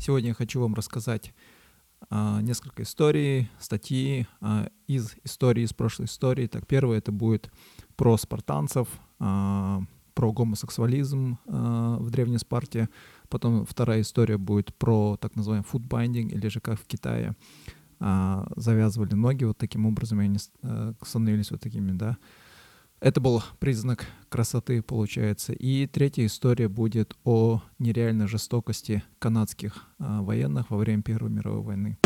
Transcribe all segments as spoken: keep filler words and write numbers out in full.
Сегодня я хочу вам рассказать а, несколько историй, статьи а, из истории, из прошлой истории. Так, первое это будет про спартанцев, а, про гомосексуализм а, в Древней Спарте. Потом вторая история будет про так называемый фудбайндинг, или же как в Китае а, завязывали ноги вот таким образом, и они а, становились вот такими, да. Это был признак красоты, получается. И третья история будет о нереальной жестокости канадских а, военных во время Первой мировой войны.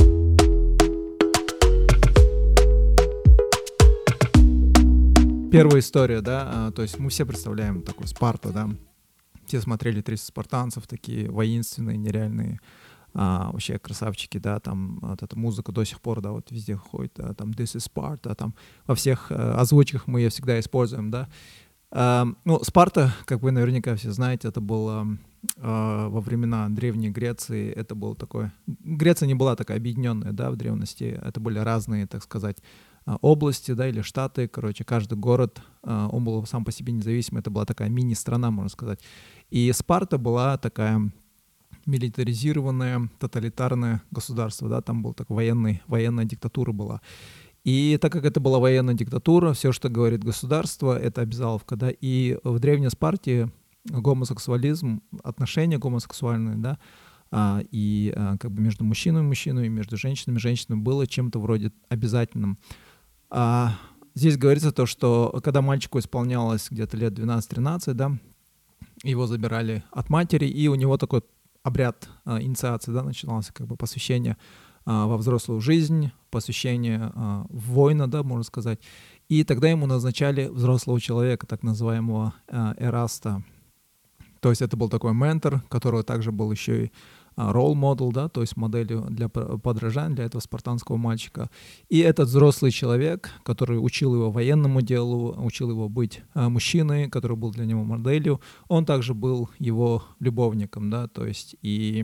Первая история, да, а, то есть мы все представляем такую Спарту, да. Все смотрели триста спартанцев, такие воинственные, нереальные, а, вообще красавчики, да, там вот эта музыка до сих пор, да, вот везде ходит, да, там This is Sparta, там во всех э, озвучках мы ее всегда используем, да. А, ну, Спарта, как вы наверняка все знаете, это было а, во времена Древней Греции, это было такое, Греция не была такая объединенная, да, в древности, это были разные, так сказать, области, да, или штаты, короче, каждый город, а, он был сам по себе независимый, это была такая мини-страна, можно сказать, и Спарта была такая милитаризированное, тоталитарное государство, да, там была такая военный, военная диктатура была. И так как это была военная диктатура, все, что говорит государство, это обязаловка, да, и в Древней Спарте гомосексуализм, отношения гомосексуальные, да, а, и а, как бы между мужчинами и мужчинами, между женщинами и женщинами было чем-то вроде обязательным. А здесь говорится то, что когда мальчику исполнялось где-то лет двенадцать-тринадцать, да, его забирали от матери, и у него такой обряд а, инициации, да, начинался, как бы посвящение а, во взрослую жизнь, посвящение а, в воина, да, можно сказать. И тогда ему назначали взрослого человека, так называемого а, эраста. То есть это был такой ментор, которого также был еще и ролл-модел, да, то есть моделью для подражания для этого спартанского мальчика. И этот взрослый человек, который учил его военному делу, учил его быть а, мужчиной, который был для него моделью, он также был его любовником, да, то есть и,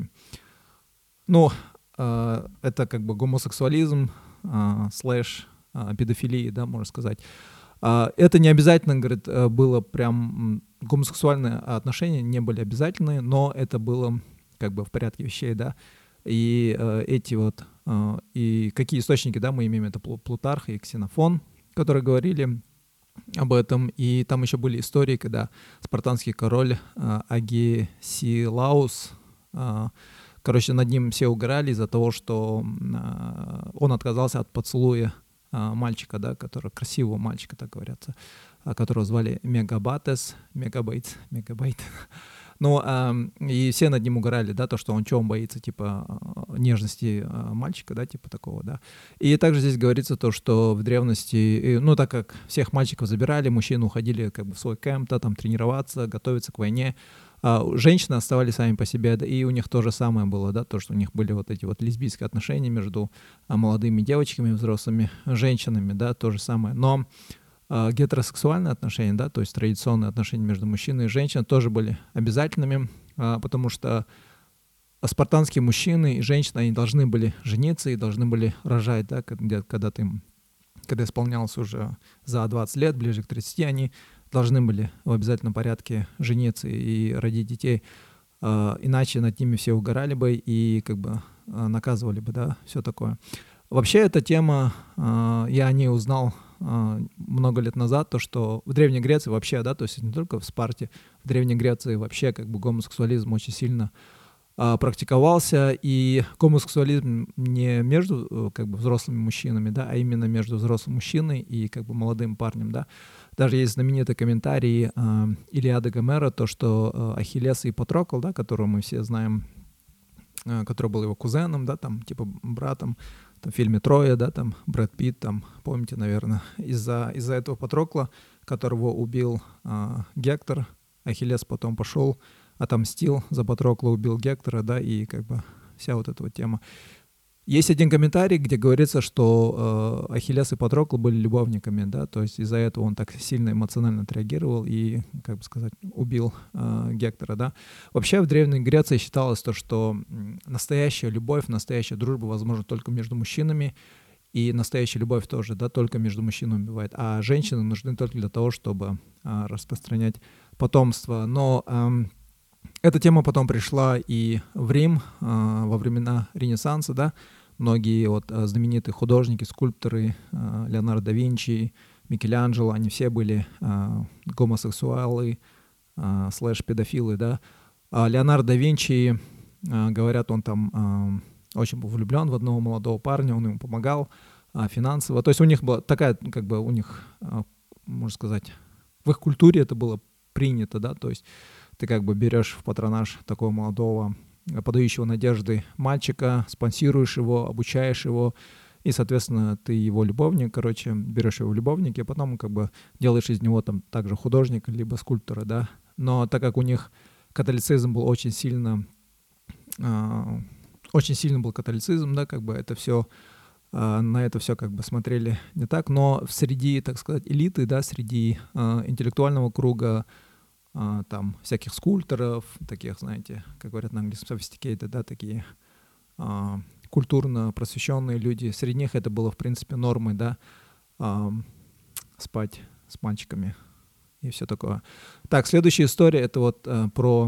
ну, а, это как бы гомосексуализм, а, слэш а, педофилии, да, можно сказать. А, это не обязательно, говорит, было прям, гомосексуальные отношения не были обязательны, но это было как бы в порядке вещей, да, и э, эти вот, э, и какие источники, да, мы имеем, это Плутарх и Ксенофон, которые говорили об этом, и там еще были истории, когда спартанский король э, Агесилаус, э, короче, над ним все угорали из-за того, что э, он отказался от поцелуя э, мальчика, да, который, красивого мальчика, так говорится, которого звали Мегабатес, Мегабайт, Мегабайт, ну, э, и все над ним угорали, да, то, что он, чего он боится, типа, нежности э, мальчика, да, типа такого, да. И также здесь говорится то, что в древности, ну, так как всех мальчиков забирали, мужчины уходили как бы в свой кемп, да, там, тренироваться, готовиться к войне, а женщины оставались сами по себе, да, и у них то же самое было, да, то, что у них были вот эти вот лесбийские отношения между а, молодыми девочками, взрослыми женщинами, да, то же самое, но гетеросексуальные отношения, да, то есть традиционные отношения между мужчиной и женщиной тоже были обязательными, потому что спартанские мужчины и женщины, они должны были жениться и должны были рожать, да, когда, когда ты, когда исполнялось уже за двадцать лет, ближе к тридцати, они должны были в обязательном порядке жениться и родить детей, иначе над ними все угорали бы и как бы наказывали бы, да, все такое. Вообще эта тема, я о ней узнал много лет назад, то, что в Древней Греции вообще, да, то есть не только в Спарте, в Древней Греции вообще как бы гомосексуализм очень сильно а, практиковался, и гомосексуализм не между как бы взрослыми мужчинами, да, а именно между взрослым мужчиной и как бы молодым парнем, да. Даже есть знаменитый комментарий а, Илиады Гомера, то, что а, Ахиллес и Патрокл, да, которого мы все знаем, а, который был его кузеном, да, там, типа братом, в фильме «Троя», да, там Брэд Питт, там, помните, наверное, из-за, из-за этого Патрокла, которого убил а, Гектор, Ахиллес потом пошел, отомстил за Патрокла, убил Гектора, да, и как бы вся вот эта вот тема. Есть один комментарий, где говорится, что э, Ахиллес и Патрокл были любовниками, да, то есть из-за этого он так сильно эмоционально отреагировал и, как бы сказать, убил э, Гектора, да. Вообще в Древней Греции считалось то, что настоящая любовь, настоящая дружба возможна только между мужчинами, и настоящая любовь тоже, да, только между мужчинами бывает, а женщины нужны только для того, чтобы э, распространять потомство. Но э, Эта тема потом пришла и в Рим а, во времена Ренессанса, да. Многие вот а, знаменитые художники, скульпторы, а, Леонардо да Винчи, Микеланджело, они все были а, гомосексуалы, а, слэш-педофилы, да. А Леонардо да Винчи, а, говорят, он там а, очень был влюблен в одного молодого парня, он ему помогал а, финансово. То есть у них была такая, как бы у них, а, можно сказать, в их культуре это было принято, да, то есть ты как бы берешь в патронаж такого молодого, подающего надежды мальчика, спонсируешь его, обучаешь его, и, соответственно, ты его любовник, короче, берешь его в любовники, а потом как бы делаешь из него там также художника, либо скульптора, да. Но так как у них католицизм был очень сильно, э, очень сильно был католицизм, да, как бы это все, э, на это все как бы смотрели не так, но среди, так сказать, элиты, да, среди э, интеллектуального круга, Uh, там всяких скульпторов, таких, знаете, как говорят на английском, sophisticated, да, такие uh, культурно просвещенные люди. Среди них это было, в принципе, нормой, да, uh, спать с мальчиками и все такое. Так, следующая история, это вот uh, про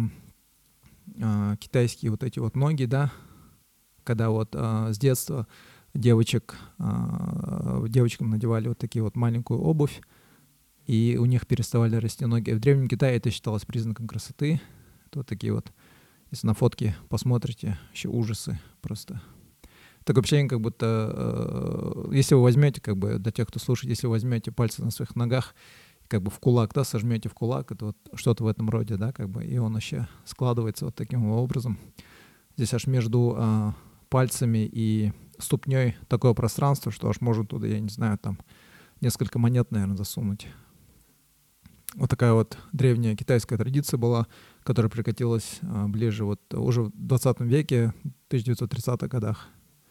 uh, китайские вот эти вот ноги, да, когда вот uh, с детства девочек, uh, девочкам надевали вот такие вот маленькую обувь, и у них переставали расти ноги. В Древнем Китае это считалось признаком красоты. Это вот такие вот, если на фотки посмотрите, еще ужасы просто. Такое ощущение, как будто, э, если вы возьмете, как бы, для тех, кто слушает, если вы возьмете пальцы на своих ногах, как бы в кулак, да, сожмете в кулак, это вот что-то в этом роде, да, как бы, и он вообще складывается вот таким образом. Здесь аж между э, пальцами и ступней такое пространство, что аж можно туда, я не знаю, там несколько монет, наверное, засунуть. Вот такая вот древняя китайская традиция была, которая прикатилась а, ближе вот уже в двадцатом веке, в тысяча девятьсот тридцатых годах.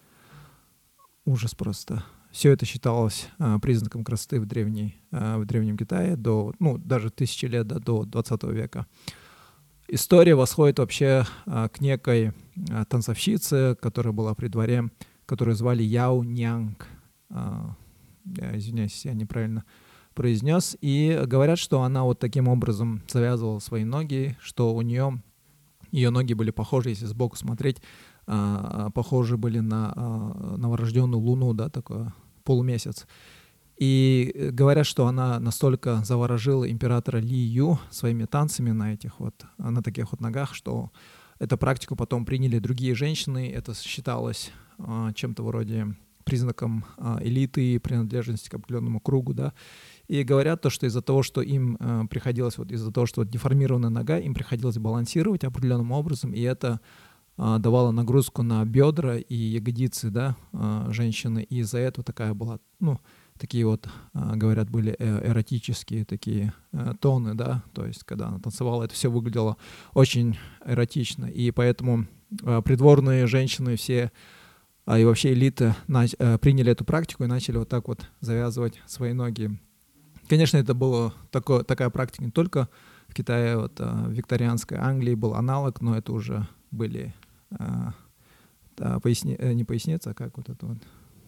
Ужас просто. Все это считалось а, признаком красоты в, древней, а, в Древнем Китае до, ну, даже тысячи лет, да, до двадцатого века. История восходит вообще а, к некой а, танцовщице, которая была при дворе, которую звали Яо Нянг. А, я извиняюсь, если я неправильно произнес, и говорят, что она вот таким образом завязывала свои ноги, что у нее, ее ноги были похожи, если сбоку смотреть, а, похожи были на а, новорожденную луну, да, такой полумесяц. И говорят, что она настолько заворожила императора Ли Ю своими танцами на этих вот, на таких вот ногах, что эту практику потом приняли другие женщины, это считалось а, чем-то вроде признаком а, элиты, принадлежности к определенному кругу, да. И говорят то, что из-за того, что им э, приходилось, вот из-за того, что вот деформированная нога, им приходилось балансировать определенным образом, и это э, давало нагрузку на бедра и ягодицы, да, э, женщины, и из-за этого такая была, ну, такие вот, э, говорят, были э, эротические такие э, тоны, да, то есть когда она танцевала, это все выглядело очень эротично, и поэтому э, придворные женщины все, а и вообще элита на, э, приняли эту практику и начали вот так вот завязывать свои ноги. Конечно, это была такое, такая практика не только в Китае, вот, а, в викторианской Англии был аналог, но это уже были а, а, поясни, не поясница, а как вот это вот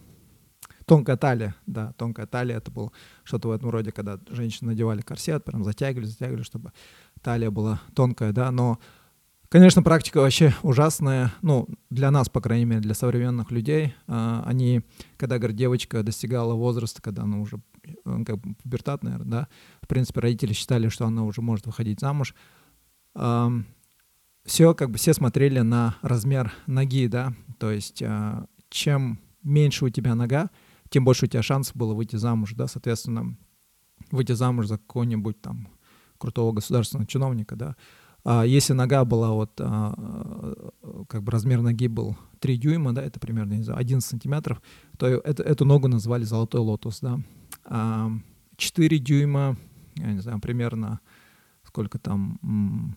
тонкая талия, да, тонкая талия, это было что-то в этом роде, когда женщины надевали корсет, прям затягивали, затягивали, чтобы талия была тонкая, да, но, конечно, практика вообще ужасная, ну, для нас, по крайней мере, для современных людей, а, они, когда, говорят, девочка достигала возраста, когда она уже как бы пубертат, наверное, да, в принципе, родители считали, что она уже может выходить замуж. Эм, все, как бы, все смотрели на размер ноги, да, то есть э, чем меньше у тебя нога, тем больше у тебя шансов было выйти замуж, да, соответственно, выйти замуж за какого-нибудь там крутого государственного чиновника, да. А если нога была вот, а, как бы размер ноги был три дюйма, да, это примерно, не знаю, одиннадцать сантиметров, то это, эту ногу называли золотой лотос, да. А четыре дюйма, я не знаю, примерно сколько там,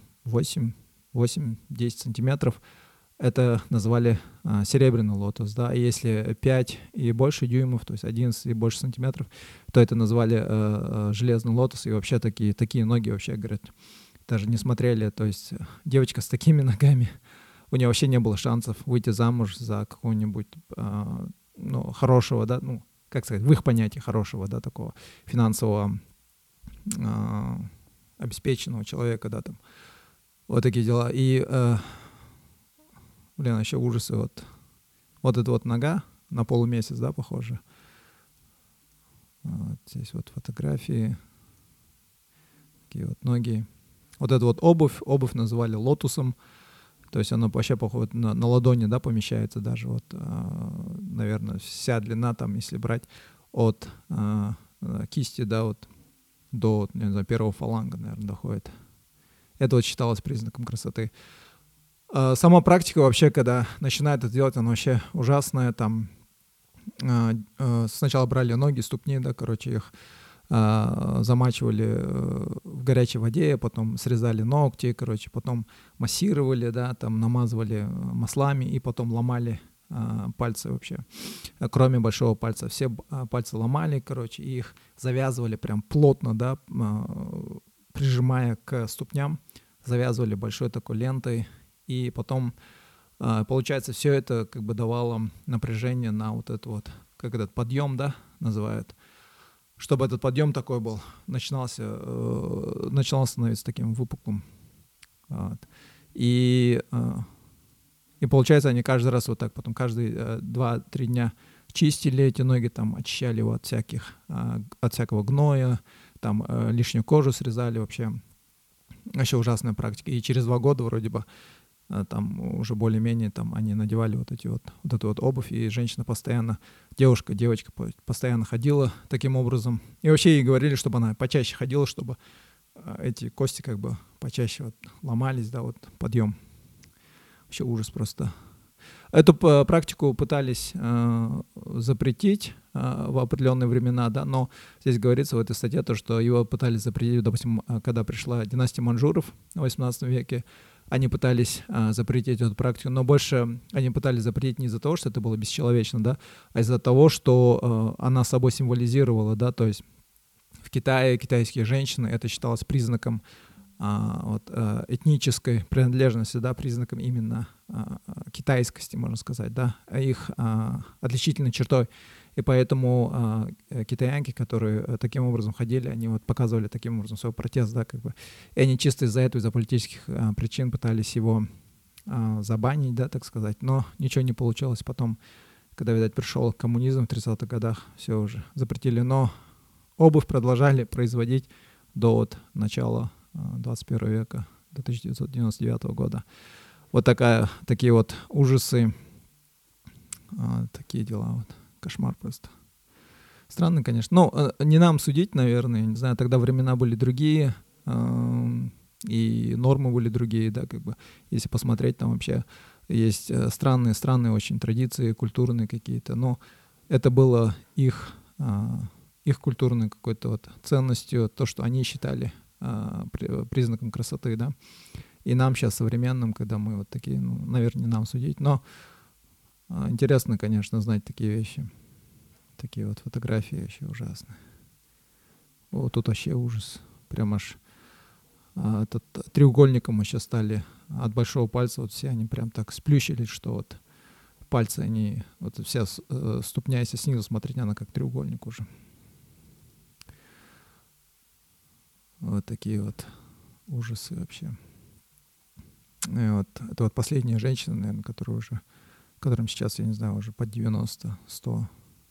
восемь-десять сантиметров, это назвали а, серебряный лотос, да, и если пять и больше дюймов, то есть одиннадцать и больше сантиметров, то это назвали а, а, железный лотос, и вообще такие, такие ноги вообще, говорят, даже не смотрели, то есть девочка с такими ногами, у нее вообще не было шансов выйти замуж за какого-нибудь, а, ну, хорошего, да, ну, как сказать, в их понятии хорошего, да, такого финансового а, обеспеченного человека, да, там. Вот такие дела. И, э, блин, еще ужасы. Вот, вот эта вот нога на полумесяц, да, похоже. Вот здесь вот фотографии. Такие вот ноги. Вот эту вот обувь, обувь называли лотусом. То есть она вообще, походу, на, на ладони, да, помещается даже. Вот, э, наверное, вся длина там, если брать от э, кисти, да, вот до, не знаю, первого фаланга, наверное, доходит. Это вот считалось признаком красоты. Э, сама практика вообще, когда начинает это делать, она вообще ужасная. Там э, э, сначала брали ноги, ступни, да, короче, их замачивали в горячей воде, потом срезали ногти, короче, потом массировали, да, там намазывали маслами и потом ломали а, пальцы вообще, кроме большого пальца. Все а, пальцы ломали, короче, и их завязывали прям плотно, да, а, прижимая к ступням, завязывали большой такой лентой, и потом, а, получается, все это как бы давало напряжение на вот это вот, как этот подъем, да, называют, чтобы этот подъем такой был, начинался, э, начинал становиться таким выпуклым. Вот. И, э, и получается, они каждый раз вот так, потом каждые э, два-три дня чистили эти ноги, там, очищали его от всяких, э, от всякого гноя, там, э, лишнюю кожу срезали вообще. Вообще ужасная практика. И через два года вроде бы там уже более-менее там они надевали вот эти вот, вот эту вот обувь, и женщина постоянно, девушка, девочка постоянно ходила таким образом. И вообще ей говорили, чтобы она почаще ходила, чтобы эти кости как бы почаще вот ломались, да, вот подъем. Вообще ужас просто. Эту практику пытались э, запретить э, в определенные времена, да, но здесь говорится в этой статье то, что его пытались запретить, допустим, когда пришла династия маньчжуров в восемнадцатом веке, они пытались а, запретить эту практику, но больше они пытались запретить не из-за того, что это было бесчеловечно, да, а из-за того, что а, она собой символизировала, да, то есть в Китае китайские женщины, это считалось признаком а, вот, а, этнической принадлежности, да, признаком именно а, китайскости, можно сказать, да, их а, отличительной чертой. И поэтому а, китаянки, которые а, таким образом ходили, они вот показывали таким образом свой протест, да, как бы. И они чисто из-за этого, из-за политических а, причин пытались его а, забанить, да, так сказать. Но ничего не получилось. Потом, когда, видать, пришел коммунизм в тридцатых годах, все уже запретили. Но обувь продолжали производить до вот начала а, двадцать первого века, до тысяча девятьсот девяносто девятого года. Вот такая, такие вот ужасы, а, такие дела вот. Кошмар просто. Странно, конечно. Ну, не нам судить, наверное. Не знаю, тогда времена были другие, э, и нормы были другие, да, как бы. Если посмотреть, там вообще есть странные, странные очень традиции, культурные какие-то. Но это было их, э, их культурной какой-то вот ценностью, то, что они считали э, признаком красоты, да. И нам сейчас, современным, когда мы вот такие, ну, наверное, не нам судить, но интересно, конечно, знать такие вещи. Такие вот фотографии вообще ужасные. Вот тут вообще ужас. Прям аж а, этот, треугольником мы сейчас стали от большого пальца. Вот все они прям так сплющились, что вот пальцы, они, вот вся э, ступня, если снизу смотреть, она как треугольник уже. Вот такие вот ужасы вообще. И вот, это вот последняя женщина, наверное, которая уже, которым сейчас, я не знаю, уже под девяносто сто.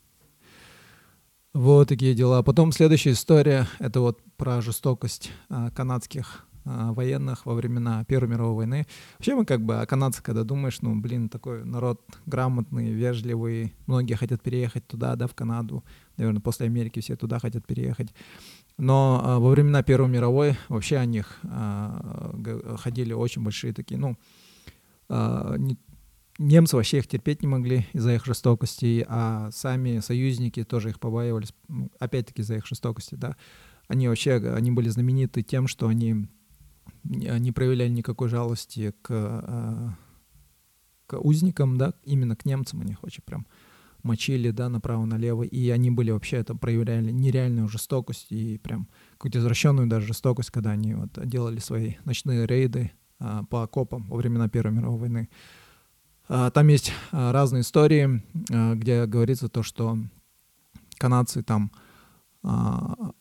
Вот такие дела. Потом следующая история, это вот про жестокость а, канадских а, военных во времена Первой мировой войны. Вообще мы как бы о канадцах, когда думаешь, ну, блин, такой народ грамотный, вежливый, многие хотят переехать туда, да, в Канаду, наверное, после Америки все туда хотят переехать. Но а, во времена Первой мировой вообще о них а, ходили очень большие такие, ну, а, не, немцы вообще их терпеть не могли из-за их жестокости, а сами союзники тоже их побаивались, опять-таки из-за их жестокости, да. Они вообще, они были знамениты тем, что они не проявляли никакой жалости к, к узникам, да, именно к немцам, они их очень прям мочили, да, направо-налево, и они были вообще, это проявляли нереальную жестокость и прям какую-то извращенную даже жестокость, когда они вот делали свои ночные рейды а, по окопам во времена Первой мировой войны. А, там есть а, разные истории, а, где говорится то, что канадцы там а,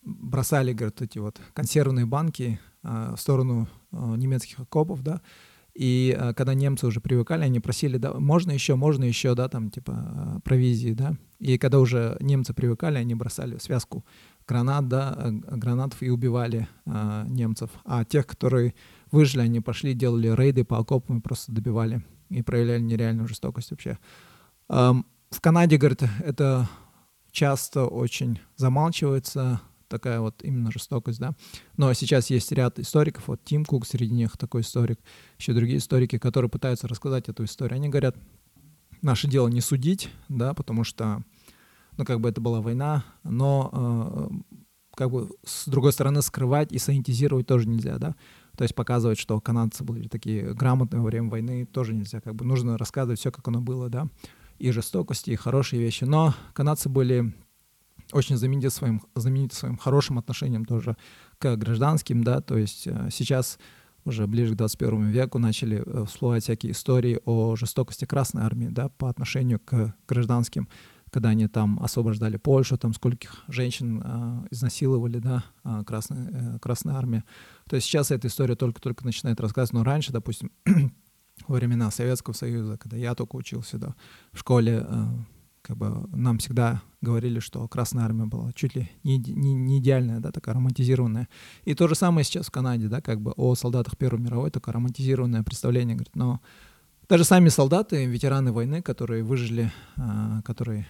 бросали, говорят, эти вот консервные банки а, в сторону а, немецких окопов, да, и а, когда немцы уже привыкали, они просили, да, можно еще, можно еще, да, там, типа, а, провизии, да, и когда уже немцы привыкали, они бросали связку гранат, да, а, гранатов и убивали а, немцев, а тех, которые выжили, они пошли, делали рейды по окопам и просто добивали и проявляли нереальную жестокость вообще. Ам, в Канаде, говорят, это часто очень замалчивается, такая вот именно жестокость, да. Но сейчас есть ряд историков, вот Тим Кук среди них такой историк, еще другие историки, которые пытаются рассказать эту историю. Они говорят, наше дело не судить, да, потому что, ну, как бы это была война, но э, как бы с другой стороны скрывать и санитизировать тоже нельзя, да. То есть показывать, что канадцы были такие грамотные во время войны, тоже нельзя. Как бы нужно рассказывать все, как оно было, да, и жестокости, и хорошие вещи. Но канадцы были очень знамениты своим, знамениты своим хорошим отношением тоже к гражданским, да, то есть э, сейчас уже ближе к двадцать первому веку начали э, всплывать всякие истории о жестокости Красной Армии, да, по отношению к гражданским, когда они там освобождали Польшу, там скольких женщин э, изнасиловали, да, э, Красная, э, Красная Армия. То есть сейчас эта история только-только начинает рассказывать, но раньше, допустим, во времена Советского Союза, когда я только учился, да, в школе, э, как бы нам всегда говорили, что Красная Армия была чуть ли не, не, не идеальная, да, такая романтизированная. И то же самое сейчас в Канаде, да, как бы о солдатах Первой мировой, такое романтизированное представление, говорит, но даже сами солдаты, ветераны войны, которые выжили, а, которые,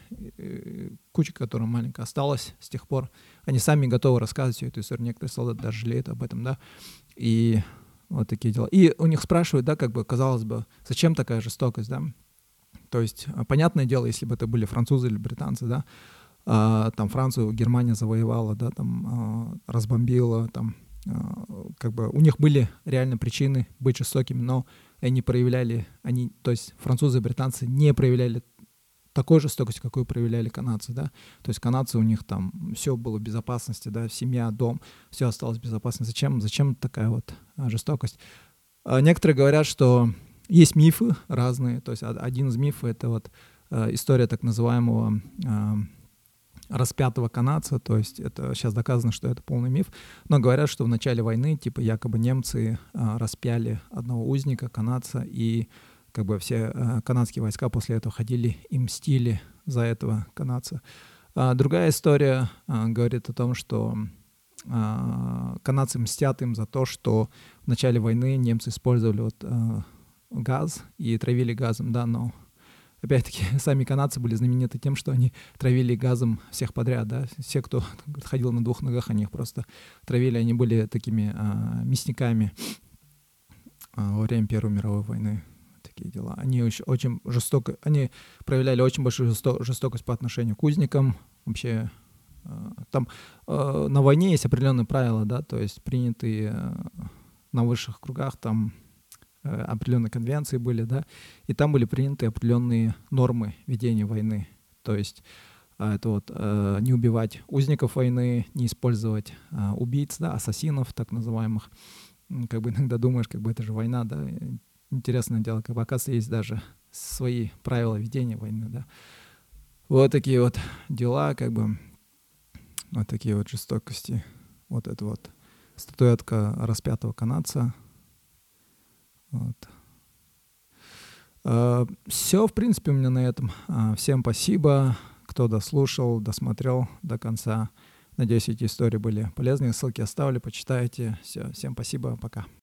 куча которым маленькая осталась с тех пор, они сами готовы рассказывать всю эту историю. Некоторые солдаты даже жалеют об этом, да, и вот такие дела. И у них спрашивают, да, как бы, казалось бы, зачем такая жестокость, да. То есть, понятное дело, если бы это были французы или британцы, да, а, там Францию Германия завоевала, да, там а, разбомбила, там, а, как бы у них были реально причины быть жестокими, но они проявляли, они, то есть французы и британцы не проявляли такой жестокости, какую проявляли канадцы, да, то есть канадцы, у них там все было в безопасности, да, семья, дом, все осталось в безопасности. Зачем, зачем такая вот а, жестокость? А, некоторые говорят, что есть мифы разные, то есть один из мифов — это вот э, история так называемого э, распятого канадца, то есть это сейчас доказано, что это полный миф, но говорят, что в начале войны типа якобы немцы э, распяли одного узника, канадца, и как бы все э, канадские войска после этого ходили и мстили за этого канадца. А другая история э, говорит о том, что э, канадцы мстят им за то, что в начале войны немцы использовали вот э, газ и травили газом, да, но опять-таки сами канадцы были знамениты тем, что они травили газом всех подряд, да, все, кто ходил на двух ногах, они их просто травили, они были такими а, мясниками а, во время Первой мировой войны, такие дела. Они очень, очень жестоко, они проявляли очень большую жесто, жестокость по отношению к узникам, вообще а, там а, на войне есть определенные правила, да, то есть принятые а, на высших кругах, там определенные конвенции были, да, и там были приняты определенные нормы ведения войны. То есть это вот не убивать узников войны, не использовать убийц, да, ассасинов, так называемых. Как бы иногда думаешь, как бы это же война, да. Интересное дело, как бы, оказывается, есть даже свои правила ведения войны, да. Вот такие вот дела, как бы, вот такие вот жестокости. Вот это вот статуэтка распятого канадца. Вот. Uh, все, в принципе, у меня на этом. Uh, всем спасибо, кто дослушал, досмотрел до конца. Надеюсь, эти истории были полезны. Ссылки оставлю, почитайте. Все, всем спасибо, пока.